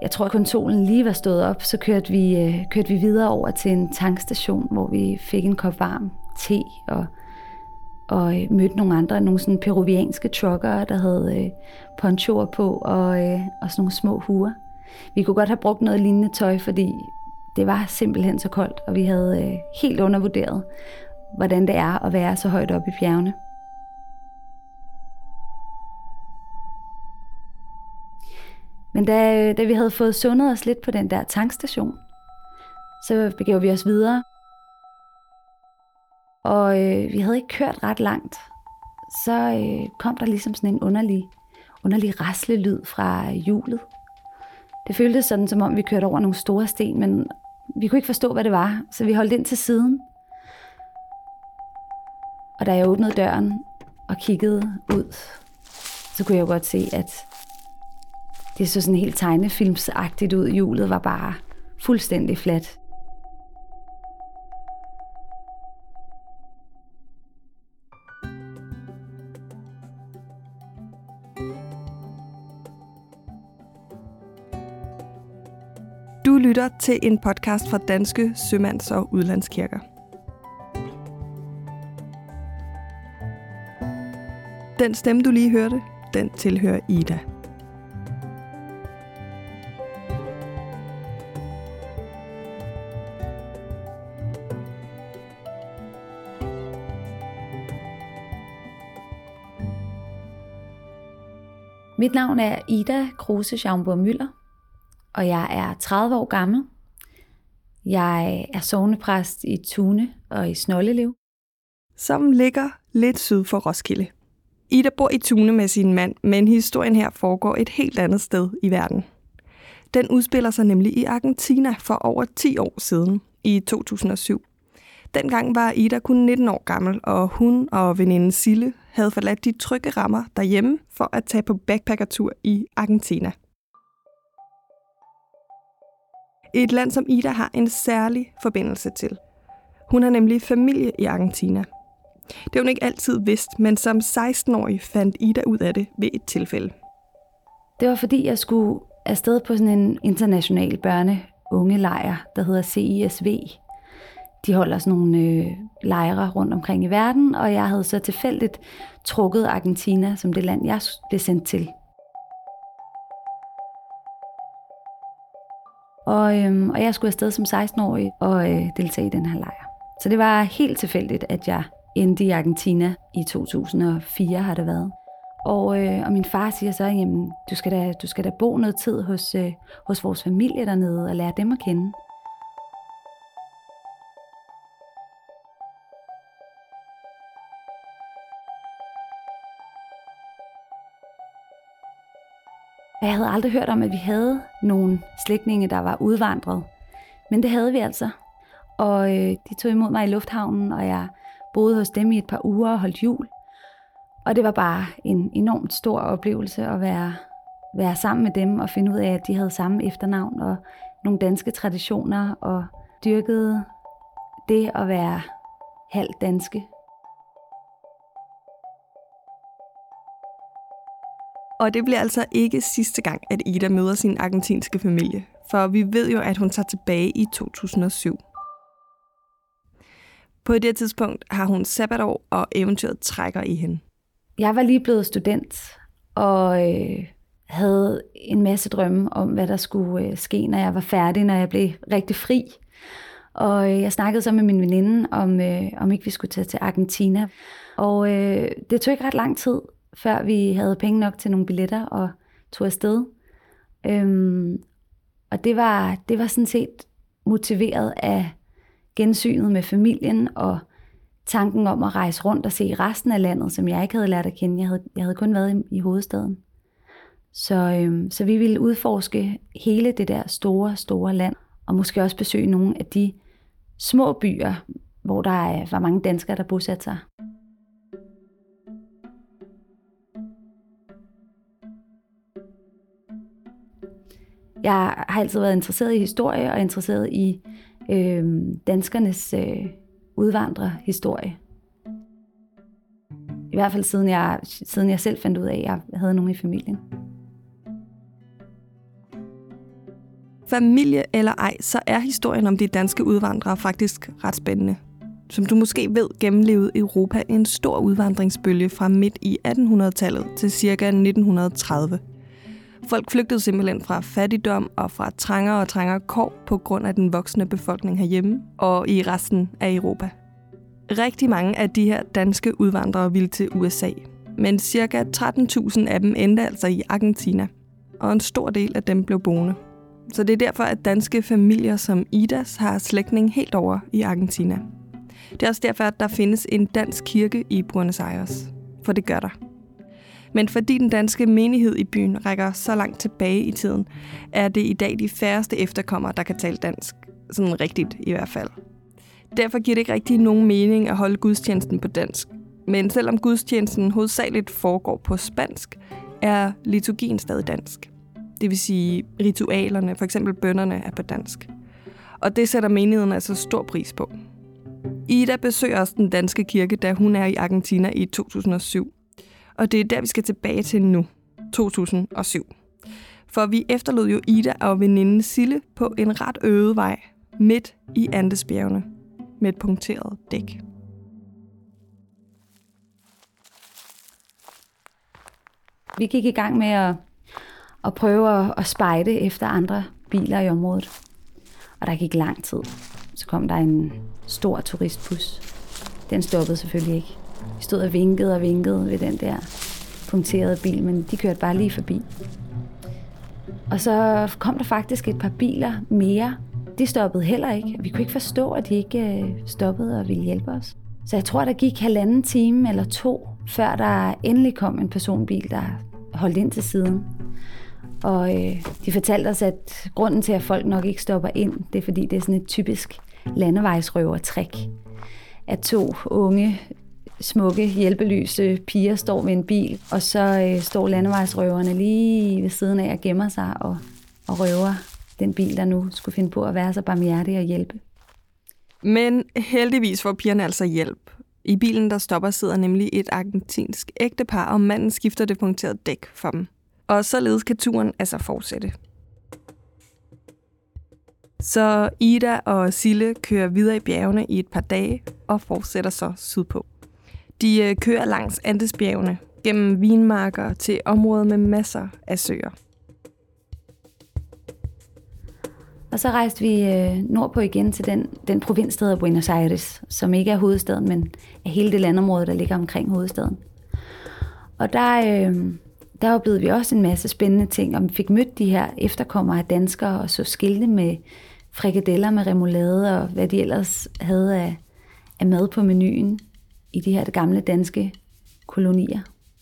Jeg tror, at kun solen lige var stået op, så kørte vi videre over til en tankstation, hvor vi fik en kop varm te og mødte nogle sådan peruvianske truckere, der havde ponchoer på og sådan nogle små huer. Vi kunne godt have brugt noget lignende tøj, fordi det var simpelthen så koldt, og vi havde helt undervurderet, hvordan det er at være så højt oppe i bjergene. Men da vi havde fået sundet os lidt på den der tankstation, så begav vi os videre. Og vi havde ikke kørt ret langt. Så kom der ligesom sådan en underlig raslelyd fra hjulet. Det føltes sådan, som om vi kørte over nogle store sten, men vi kunne ikke forstå, hvad det var, så vi holdt ind til siden. Og da jeg åbnede døren og kiggede ud, så kunne jeg jo godt se, at det så sådan helt tegnefilmsagtigt ud. Hjulet var bare fuldstændig fladt. Du lytter til en podcast fra Danske Sømands- og Udlandskirker. Den stemme, du lige hørte, den tilhører Ida. Mit navn er Ida Kruse Schaumburg-Müller, og jeg er 30 år gammel. Jeg er sognepræst i Tune og i Snoldelev, som ligger lidt syd for Roskilde. Ida bor i Tune med sin mand, men historien her foregår et helt andet sted i verden. Den udspiller sig nemlig i Argentina for over 10 år siden, i 2007. Dengang var Ida kun 19 år gammel, og hun og veninden Sille havde forladt de trygge rammer derhjemme for at tage på backpackertur i Argentina. Et land, som Ida har en særlig forbindelse til. Hun har nemlig familie i Argentina. Det har hun ikke altid vidst, men som 16-årig fandt Ida ud af det ved et tilfælde. Det var fordi, jeg skulle afsted på sådan en international børne-unge-lejr, der hedder CISV. De holder sådan nogle lejre rundt omkring i verden, og jeg havde så tilfældigt trukket Argentina som det land, jeg blev sendt til. Og jeg skulle afsted som 16-årig og deltage i den her lejr. Så det var helt tilfældigt, at jeg endte i Argentina i 2004 har det været. Og min far siger så, jamen du skal da bo noget tid hos vores familie dernede og lære dem at kende. Jeg havde aldrig hørt om, at vi havde nogle slægtninge, der var udvandret. Men det havde vi altså. Og de tog imod mig i lufthavnen, og jeg boede hos dem i et par uger og holdt jul. Og det var bare en enormt stor oplevelse at være sammen med dem og finde ud af, at de havde samme efternavn og nogle danske traditioner og dyrkede det at være halvt danske. Og det bliver altså ikke sidste gang, at Ida møder sin argentinske familie, for vi ved jo, at hun tager tilbage i 2007. På det tidspunkt har hun sabbatår, og eventyret trækker i hende. Jeg var lige blevet student, og havde en masse drømme om, hvad der skulle ske, når jeg var færdig, når jeg blev rigtig fri. Og jeg snakkede så med min veninde, om ikke vi skulle tage til Argentina. Og det tog ikke ret lang tid, før vi havde penge nok til nogle billetter og tog afsted. Og det var sådan set motiveret af gensynet med familien og tanken om at rejse rundt og se resten af landet, som jeg ikke havde lært at kende. Jeg havde kun været i hovedstaden. Så vi ville udforske hele det der store land, og måske også besøge nogle af de små byer, hvor der var mange danskere, der bosatte sig. Jeg har altid været interesseret i historie og interesseret i danskernes udvandrerhistorie. I hvert fald siden jeg selv fandt ud af, at jeg havde nogen i familien. familie eller ej, så er historien om de danske udvandrere faktisk ret spændende. Som du måske ved, gennemlevede Europa en stor udvandringsbølge fra midt i 1800-tallet til ca. 1930. Folk flygtede simpelthen fra fattigdom og fra trængere og trængere kår på grund af den voksende befolkning herhjemme og i resten af Europa. Rigtig mange af de her danske udvandrere ville til USA, men ca. 13.000 af dem endte altså i Argentina, og en stor del af dem blev boende. Så det er derfor, at danske familier som Idas har slægtning helt over i Argentina. Det er også derfor, at der findes en dansk kirke i Buenos Aires, for det gør der. Men fordi den danske menighed i byen rækker så langt tilbage i tiden, er det i dag de færreste efterkommere, der kan tale dansk. Sådan rigtigt i hvert fald. Derfor giver det ikke rigtig nogen mening at holde gudstjenesten på dansk. Men selvom gudstjenesten hovedsageligt foregår på spansk, er liturgien stadig dansk. Det vil sige ritualerne, f.eks. bønnerne, er på dansk. Og det sætter menigheden altså stor pris på. Ida besøger også den danske kirke, da hun er i Argentina i 2007. Og det er der, vi skal tilbage til nu, 2007. For vi efterlod jo Ida og veninden Sille på en ret øde vej midt i Andesbjergene med et punkteret dæk. Vi gik i gang med at prøve at spejde efter andre biler i området. Og der gik lang tid. Så kom der en stor turistbus. Den stoppede selvfølgelig ikke. Vi stod og vinkede ved den der punkterede bil, men de kørte bare lige forbi. Og så kom der faktisk et par biler mere. De stoppede heller ikke. Vi kunne ikke forstå, at de ikke stoppede og ville hjælpe os. Så jeg tror, der gik 1,5 time eller 2, før der endelig kom en personbil, der holdt ind til siden. Og de fortalte os, at grunden til, at folk nok ikke stopper ind, det er, fordi det er sådan et typisk landevejsrøvertrik. At 2 unge, smukke, hjælpelyse piger står ved en bil, og så står landevejsrøverne lige ved siden af og gemmer sig og røver den bil, der nu skulle finde på at være så barmhjertig og hjælpe. Men heldigvis får pigerne altså hjælp. I bilen, der stopper, sidder nemlig et argentinsk ægtepar, og manden skifter det punkterede dæk for dem. Og således kan turen altså fortsætte. Så Ida og Sille kører videre i bjergene i et par dage og fortsætter så sydpå. De kører langs Andesbjergene, gennem vinmarker til områder med masser af søer. Og så rejste vi nordpå igen til den provins, der hedder Buenos Aires, som ikke er hovedstaden, men er hele det landområde, der ligger omkring hovedstaden. Og der oplevede vi også en masse spændende ting, og vi fik mødt de her efterkommere af danskere, og så skilte med frikadeller med remoulade, og hvad de ellers havde af mad på menuen i de her gamle danske kolonier.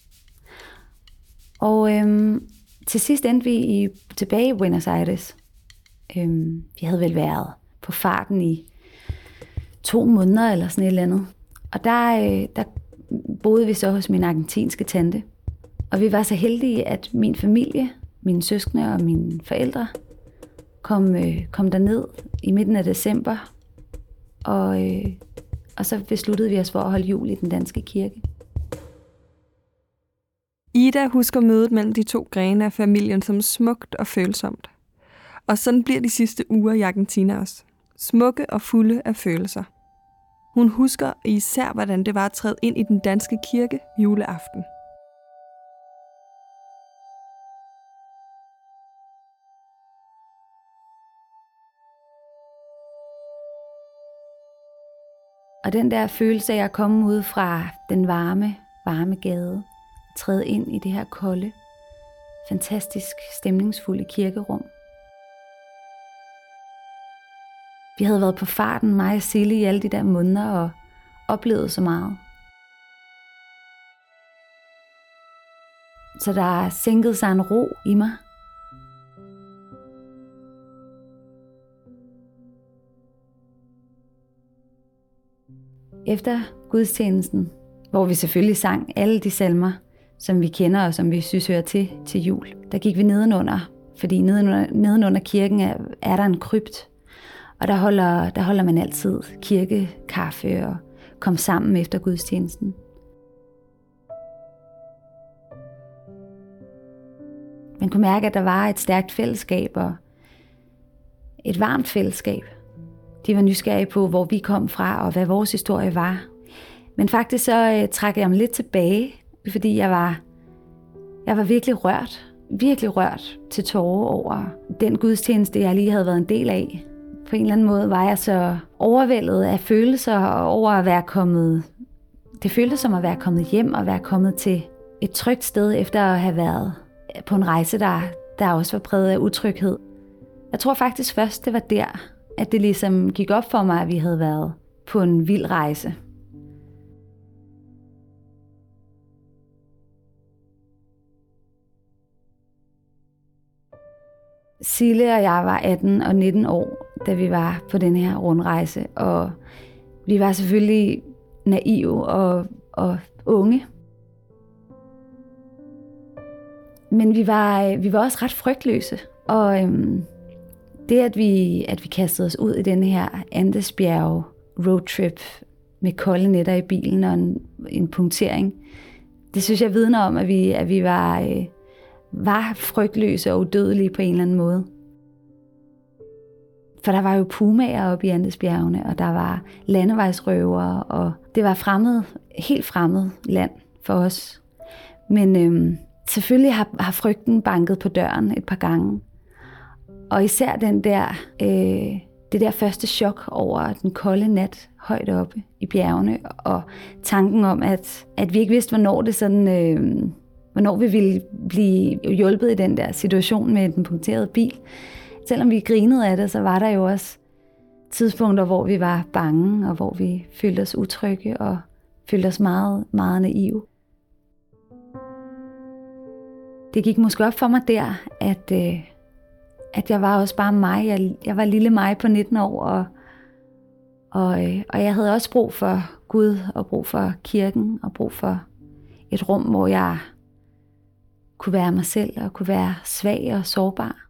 Og til sidst endte vi tilbage i Buenos Aires. Vi havde vel været på farten i 2 måneder eller sådan et eller andet. Og der boede vi så hos min argentinske tante. Og vi var så heldige, at min familie, mine søskende og mine forældre kom derned i midten af december. Og så besluttede vi os for at holde jul i den danske kirke. Ida husker mødet mellem de 2 grene af familien som smukt og følsomt. Og sådan bliver de sidste uger i Argentina også. Smukke og fulde af følelser. Hun husker især, hvordan det var at træde ind i den danske kirke juleaften. Og den der følelse af at komme ud fra den varme gade, træde ind i det her kolde, fantastisk stemningsfulde kirkerum. Vi havde været på farten, mig og Sille, i alle de der måneder og oplevet så meget. Så der sænkede sig en ro i mig. Efter gudstjenesten, hvor vi selvfølgelig sang alle de salmer, som vi kender og som vi synes hører til jul, der gik vi nedenunder, fordi nedenunder kirken er der en krypt. Og der holder man altid kirkekaffe og kom sammen efter gudstjenesten. Man kunne mærke, at der var et stærkt fællesskab, og et varmt fællesskab. De var nysgerrige på, hvor vi kom fra, og hvad vores historie var. Men faktisk så trak jeg mig lidt tilbage, fordi jeg var virkelig rørt til tårer over den gudstjeneste, jeg lige havde været en del af. På en eller anden måde var jeg så overvældet af følelser over at være kommet. Det føltes som at være kommet hjem og være kommet til et trygt sted efter at have været på en rejse, der også var præget af utryghed. Jeg tror faktisk først, det var der, at det ligesom gik op for mig, at vi havde været på en vild rejse. Sille og jeg var 18 og 19 år, da vi var på den her rundrejse, og vi var selvfølgelig naive og unge. Men vi var også ret frygtløse, og det, at vi kastede os ud i den her Andesbjerg roadtrip med kolde nætter i bilen og en punktering, det synes jeg vidner om, at vi var frygtløse og udødelige på en eller anden måde. For der var jo pumaer oppe i Andesbjergene, og der var landevejsrøvere, og det var helt fremmed land for os. Men selvfølgelig har frygten banket på døren et par gange. Og især det der første chok over den kolde nat højt oppe i bjergene, og tanken om, at vi ikke vidste, hvornår vi ville blive hjulpet i den der situation med den punkterede bil. Selvom vi grinede af det, så var der jo også tidspunkter, hvor vi var bange, og hvor vi følte os utrygge og følte os meget, meget naive. Det gik måske op for mig der, at jeg var også bare mig. Jeg var lille mig på 19 år, og jeg havde også brug for Gud, og brug for kirken, og brug for et rum, hvor jeg kunne være mig selv, og kunne være svag og sårbar.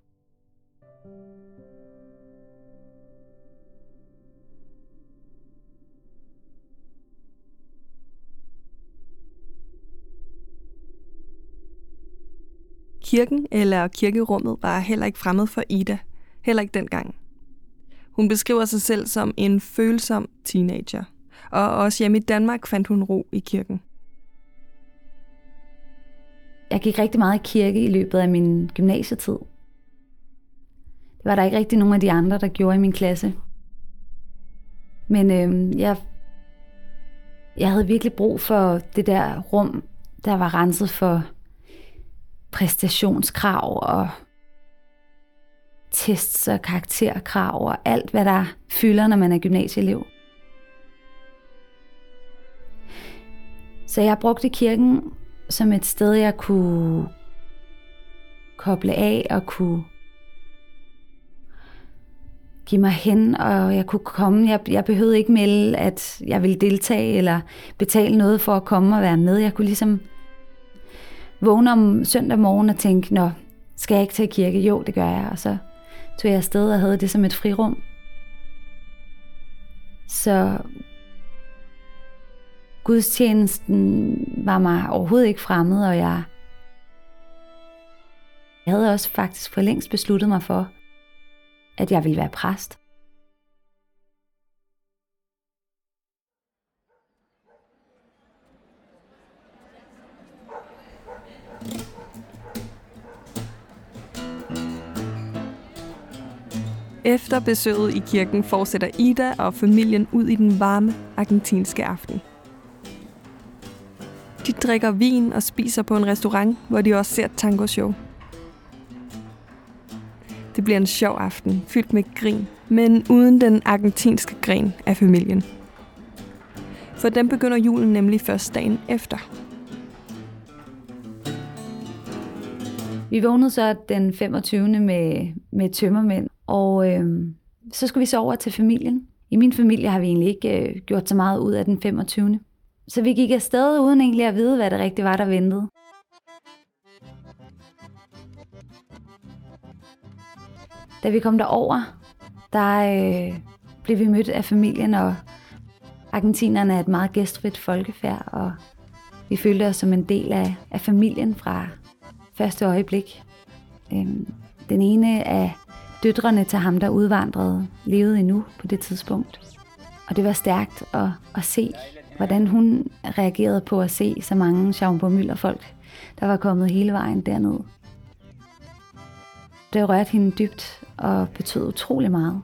Kirken eller kirkerummet var heller ikke fremmed for Ida, heller ikke dengang. Hun beskriver sig selv som en følsom teenager, og også hjemme i Danmark fandt hun ro i kirken. Jeg gik rigtig meget i kirke i løbet af min gymnasietid. Det var der ikke rigtig nogen af de andre, der gjorde i min klasse. Men jeg havde virkelig brug for det der rum, der var renset for præstationskrav og tests og karakterkrav og alt, hvad der fylder, når man er gymnasieelev. Så jeg brugte kirken som et sted, jeg kunne koble af og kunne give mig hen, og jeg kunne komme. Jeg behøvede ikke melde, at jeg ville deltage eller betale noget for at komme og være med. Jeg kunne ligesom vågne om søndag morgen og tænke, nå, skal jeg ikke tage i kirke? Jo, det gør jeg. Og så tog jeg afsted og havde det som et frirum. Så gudstjenesten var mig overhovedet ikke fremmed, og jeg havde også faktisk for længst besluttet mig for, at jeg ville være præst. Efter besøget i kirken fortsætter Ida og familien ud i den varme argentinske aften. De drikker vin og spiser på en restaurant, hvor de også ser et tango-show. Det bliver en sjov aften, fyldt med grin, men uden den argentinske gren af familien. For dem begynder julen nemlig først dagen efter. Vi vågnede så den 25. med tømmermænd, og så skulle vi så over til familien. I min familie har vi egentlig ikke gjort så meget ud af den 25. Så vi gik afsted uden egentlig at vide, hvad det rigtigt var, der ventede. Da vi kom derover, der blev vi mødt af familien, og argentinerne er et meget gæstfrit folkefærd, og vi følte os som en del af familien fra første øjeblik. Den ene af døtrene til ham, der udvandrede, levede endnu på det tidspunkt. Og det var stærkt at se, hvordan hun reagerede på at se så mange Schaumburg-Müller-folk, der var kommet hele vejen derned. Det rørte hende dybt og betød utrolig meget.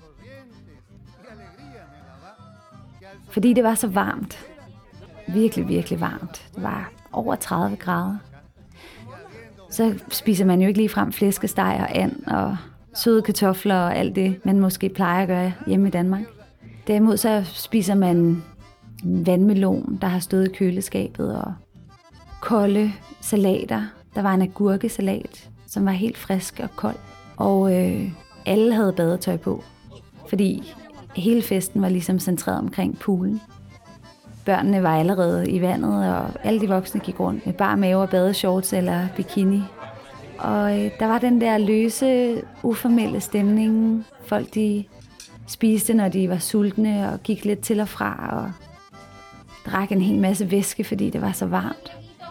Fordi det var så varmt. Virkelig, virkelig varmt. Det var over 30 grader. Så spiser man jo ikke ligefrem flæskesteg og and og søde kartofler og alt det, man måske plejer at gøre hjemme i Danmark. Derimod så spiser man vandmelon, der har stået i køleskabet, og kolde salater. Der var en agurkesalat, som var helt frisk og kold. Og alle havde badetøj på, fordi hele festen var ligesom centreret omkring poolen. Børnene var allerede i vandet, og alle de voksne gik rundt med bare mave og badeshorts eller bikini. Og der var den der løse, uformelle stemning. Folk de spiste, når de var sultne, og gik lidt til og fra, og drak en hel masse væske, fordi det var så varmt.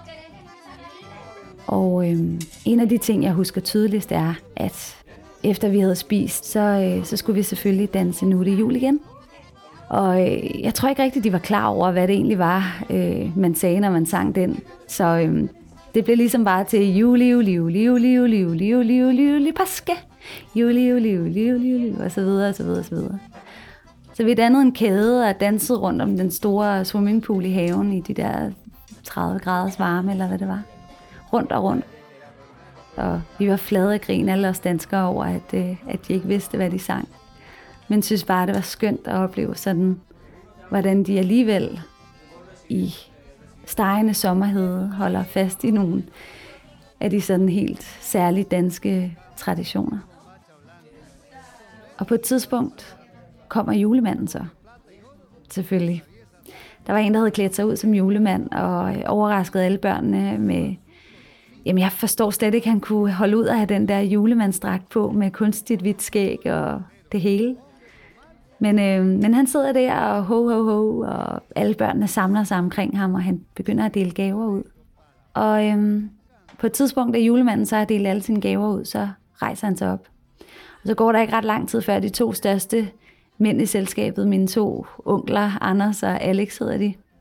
Og en af de ting, jeg husker tydeligst, er, at efter vi havde spist, så skulle vi selvfølgelig danse Nu er det jul igen. Og jeg tror ikke rigtigt, de var klar over, hvad det egentlig var, man sagde, når man sang den. Så det blev ligesom bare til juli, juli, juli, juli, juli, juli, juli, juli, juli, paske. Juli, juli, juli, juli, juli, og så videre, og så videre, og så videre. Så vi dannede en kæde og dansede rundt om den store swimmingpool i haven i de der 30 graders varme, eller hvad det var. Rundt og rundt. Og vi var flade af grin, alle os danskere, over, at de ikke vidste, hvad de sang. Men synes bare, det var skønt at opleve sådan, hvordan de alligevel i stegende sommerhede holder fast i nogle af de sådan helt særlige danske traditioner. Og på et tidspunkt kommer julemanden så. Selvfølgelig. Der var en, der havde klædt sig ud som julemand og overraskede alle børnene med... Jamen, jeg forstår slet ikke, at han kunne holde ud at have den der julemandsdragt på med kunstigt hvidt skæg og det hele. Men han sidder der og ho, ho, ho, og alle børnene samler sig omkring ham, og han begynder at dele gaver ud. Og på et tidspunkt, da julemanden så har delt alle sine gaver ud, så rejser han sig op. Og så går der ikke ret lang tid før de to største mænd i selskabet, mine to onkler, Anders og Alex hedder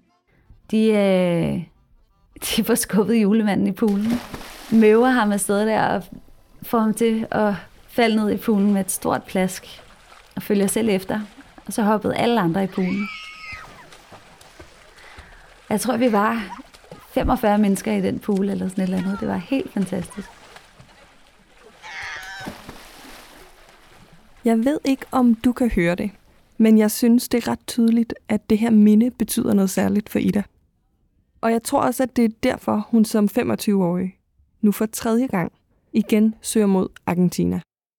de får skubbet julemanden i poolen. Møver ham afsted der og får ham til at falde ned i poolen med et stort plask og følger selv efter. Og så hoppede alle andre i poolen. Jeg tror, vi var 45 mennesker i den pool eller sådan et eller andet. Det var helt fantastisk. Jeg ved ikke, om du kan høre det, men jeg synes, det er ret tydeligt, at det her minde betyder noget særligt for Ida. Og jeg tror også, at det er derfor, hun som 25-årig nu for tredje gang igen søger mod Argentina.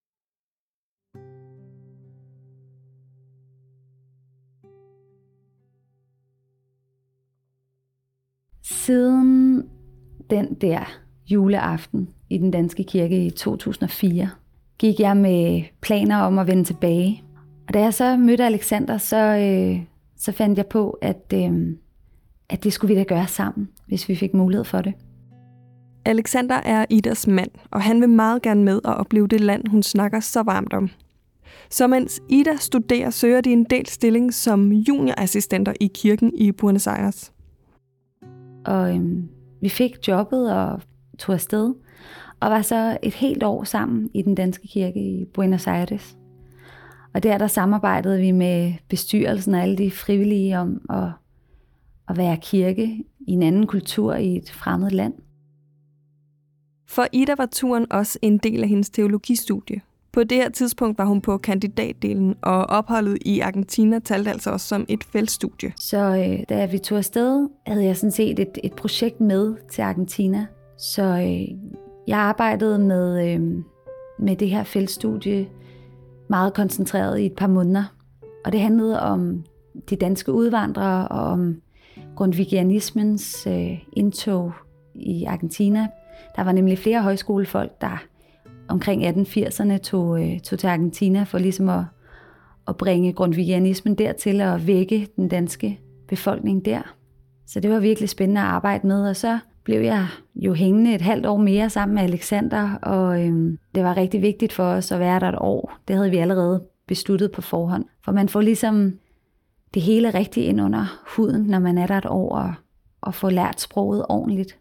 Siden den der juleaften i den danske kirke i 2004, gik jeg med planer om at vende tilbage. Og da jeg så mødte Alexander, så fandt jeg på, at det skulle vi da gøre sammen, hvis vi fik mulighed for det. Alexander er Idas mand, og han vil meget gerne med at opleve det land, hun snakker så varmt om. Så mens Ida studerer, søger de en del stilling som juniorassistenter i kirken i Buenos Aires. Og vi fik jobbet og tog afsted, og var så et helt år sammen i den danske kirke i Buenos Aires. Og der samarbejdede vi med bestyrelsen og alle de frivillige om at være kirke i en anden kultur i et fremmed land. For Ida var turen også en del af hendes teologistudie. På det her tidspunkt var hun på kandidatdelen, og opholdet i Argentina talte altså også som et feltstudie. Så da vi tog afsted, havde jeg sådan set et projekt med til Argentina. Så jeg arbejdede med det her feltstudie meget koncentreret i et par måneder. Og det handlede om de danske udvandrere og om grundtvigianismens indtog i Argentina. Der var nemlig flere højskolefolk, der omkring 1880'erne tog til Argentina for ligesom at bringe grundtvigianismen dertil og vække den danske befolkning der. Så det var virkelig spændende at arbejde med. Og så blev jeg jo hængende et halvt år mere sammen med Alexander, og det var rigtig vigtigt for os at være der et år. Det havde vi allerede besluttet på forhånd. For man får ligesom det hele rigtig ind under huden, når man er der et år og får lært sproget ordentligt.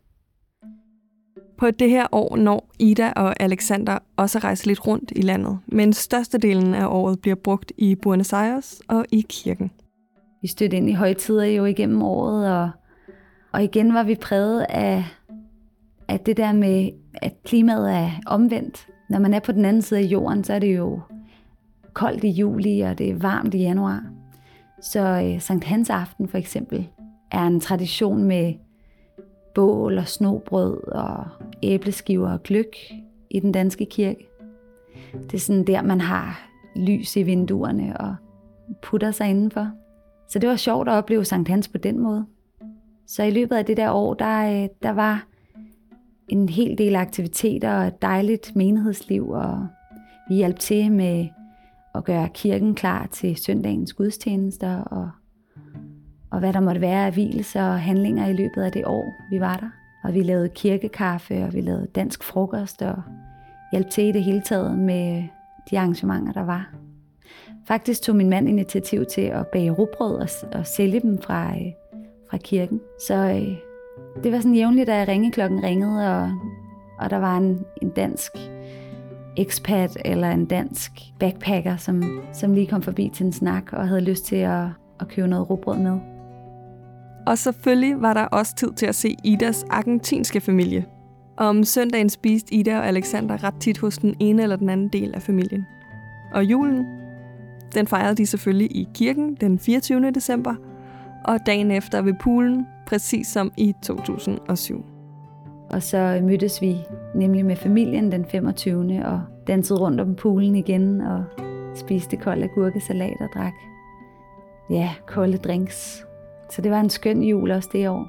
På det her år når Ida og Alexander også rejser lidt rundt i landet, men størstedelen af året bliver brugt i Buenos Aires og i kirken. Vi stødte ind i højtider jo igennem året, og igen var vi præget af det der med, at klimaet er omvendt. Når man er på den anden side af jorden, så er det jo koldt i juli, og det er varmt i januar. Så Sankt Hans aften for eksempel er en tradition med bål og snobrød og æbleskiver og gløgg i den danske kirke. Det er sådan der, man har lys i vinduerne og putter sig indenfor. Så det var sjovt at opleve Sankt Hans på den måde. Så i løbet af det der år, der var en hel del aktiviteter og et dejligt menighedsliv, og vi hjalp til med at gøre kirken klar til søndagens gudstjenester, og hvad der måtte være af hvielser og handlinger i løbet af det år, vi var der. Og vi lavede kirkekaffe, og vi lavede dansk frokost, og hjalp til i det hele taget med de arrangementer, der var. Faktisk tog min mand initiativ til at bage rugbrød og sælge dem fra kirken. Så det var sådan jævnligt, da ringeklokken ringede, og der var en dansk expat eller en dansk backpacker, som lige kom forbi til en snak og havde lyst til at købe noget rugbrød med. Og selvfølgelig var der også tid til at se Idas argentinske familie. Om søndagen spiste Ida og Alexander ret tit hos den ene eller den anden del af familien. Og julen, den fejrede de selvfølgelig i kirken den 24. december, og dagen efter ved poolen, præcis som i 2007. Og så mødtes vi nemlig med familien den 25. og dansede rundt om poolen igen og spiste kold agurkesalat og drak kolde drinks. Så det var en skøn jul også det år.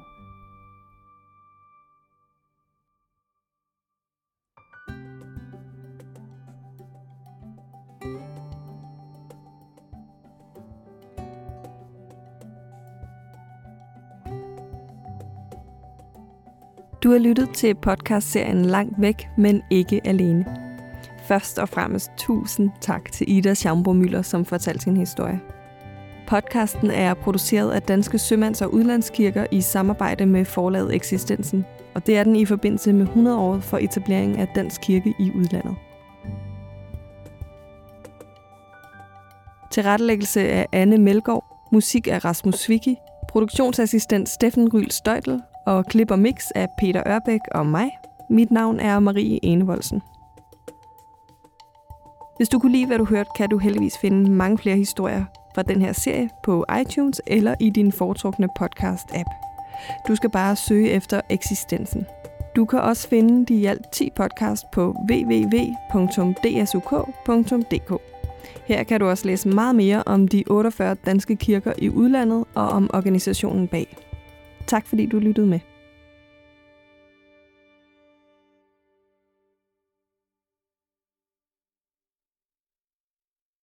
Du har lyttet til podcastserien Langt væk, men ikke alene. Først og fremmest tusind tak til Ida Schaumburg-Müller, som fortalte sin historie. Podcasten er produceret af Danske Sømands- og Udlandskirker i samarbejde med forlaget Eksistensen, og det er den i forbindelse med 100-året for etablering af Dansk Kirke i udlandet. Tilrettelæggelse af Anne Melgaard, musik af Rasmus Svicki, produktionsassistent Steffen Ryl Støjtel og klip og mix af Peter Ørbæk og mig. Mit navn er Marie Enevoldsen. Hvis du kunne lide, hvad du hørte, kan du heldigvis finde mange flere historier fra den her serie på iTunes eller i din foretrukne podcast-app. Du skal bare søge efter Eksistensen. Du kan også finde de i alt 10 podcasts på www.dsuk.dk. Her kan du også læse meget mere om de 48 danske kirker i udlandet og om organisationen bag. Tak fordi du lyttede med.